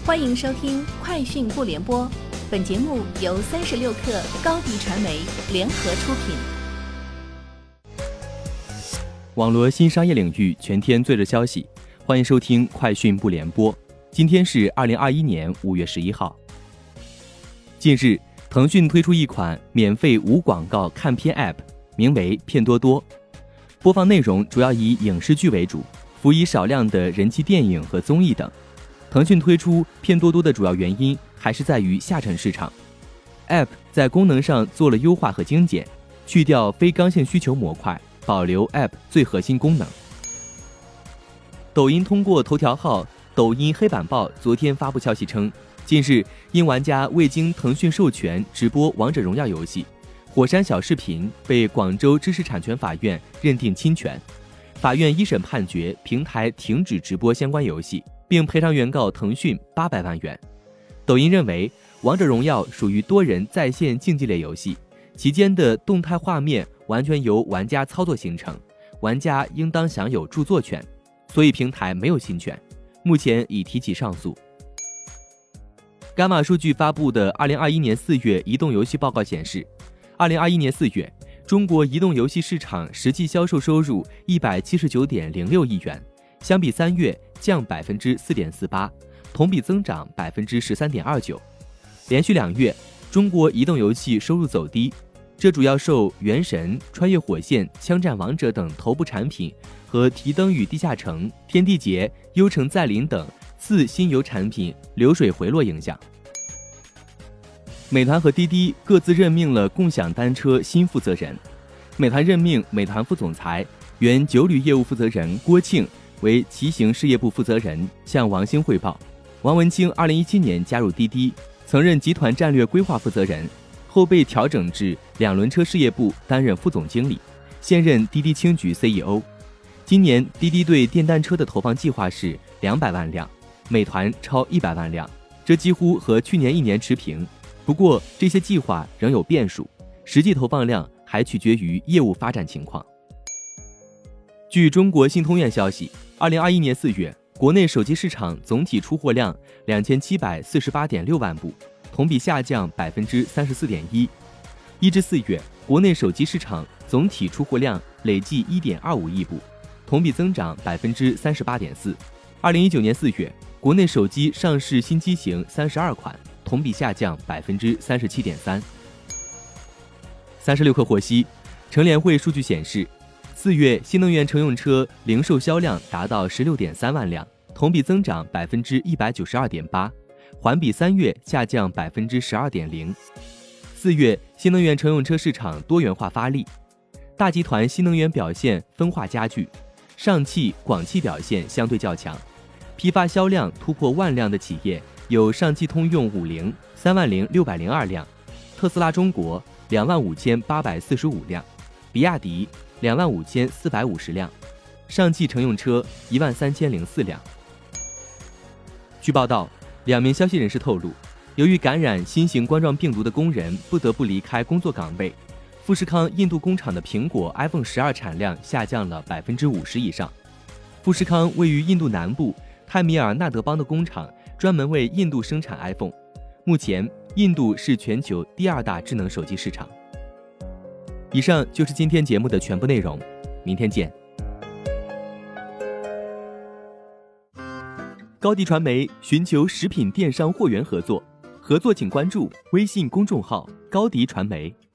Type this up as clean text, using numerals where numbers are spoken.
欢迎收听快讯不联播，本节目由36克高迪传媒联合出品。 网络新商业领域全天最热消息，欢迎收听快讯不联播。今天是2021年5月11号。近日，腾讯推出一款免费无广告看片 App， 名为片多多，播放内容主要以影视剧为主，辅以少量的人气电影和综艺等。腾讯推出片多多的主要原因还是在于下沉市场。App 在功能上做了优化和精简，去掉非刚性需求模块，保留 App 最核心功能。抖音通过头条号抖音黑板报昨天发布消息称，近日因玩家未经腾讯授权直播王者荣耀游戏，火山小视频被广州知识产权法院认定侵权，法院一审判决平台停止直播相关游戏，并赔偿原告腾讯800万元。抖音认为王者荣耀属于多人在线竞技类游戏，其间的动态画面完全由玩家操作形成，玩家应当享有著作权，所以平台没有侵权，目前已提起上诉。伽马数据发布的2021年4月移动游戏报告显示，2021年4月中国移动游戏市场实际销售收入179.06亿元，相比3月降 4.48%， 同比增长 13.29%。连续2月中国移动游戏收入走低，这主要受原神、穿越火线、枪战王者等头部产品和提灯与地下城、天地劫、幽城再临等次新游产品流水回落影响。美团和滴滴各自任命了共享单车新负责人，美团任命美团副总裁、原九旅业务负责人郭庆为骑行事业部负责人，向王兴汇报。王文清2017年加入滴滴，曾任集团战略规划负责人，后被调整至两轮车事业部担任副总经理，现任滴滴青桔 CEO。 今年滴滴对电单车的投放计划是200万辆，美团超100万辆，这几乎和去年1年持平。不过这些计划仍有变数，实际投放量还取决于业务发展情况。据中国信通院消息，2021年4月国内手机市场总体出货量2748.6万部，同比下降 34.1%。1至4月国内手机市场总体出货量累计 1.25 亿部，同比增长 38.4%。2019年4月国内手机上市新机型32款，同比下降 37.3%。36克获悉，乘联会数据显示，4月新能源乘用车零售销量达到 16.3 万辆，同比增长 192.8%， 环比3月下降 12.0%。4月新能源乘用车市场多元化发力，大集团新能源表现分化加剧，上汽、广汽表现相对较强。批发销量突破万辆的企业有上汽通用50 30602辆，特斯拉中国25845辆，比亚迪25450辆，上汽乘用车13004辆。据报道，2名消息人士透露，由于感染新型冠状病毒的工人不得不离开工作岗位，富士康印度工厂的苹果 iPhone 12产量下降了 50% 以上。富士康位于印度南部泰米尔纳德邦的工厂专门为印度生产 iPhone， 目前印度是全球第2大智能手机市场。以上就是今天节目的全部内容，明天见。高迪传媒寻求食品电商货源合作，请关注微信公众号高迪传媒。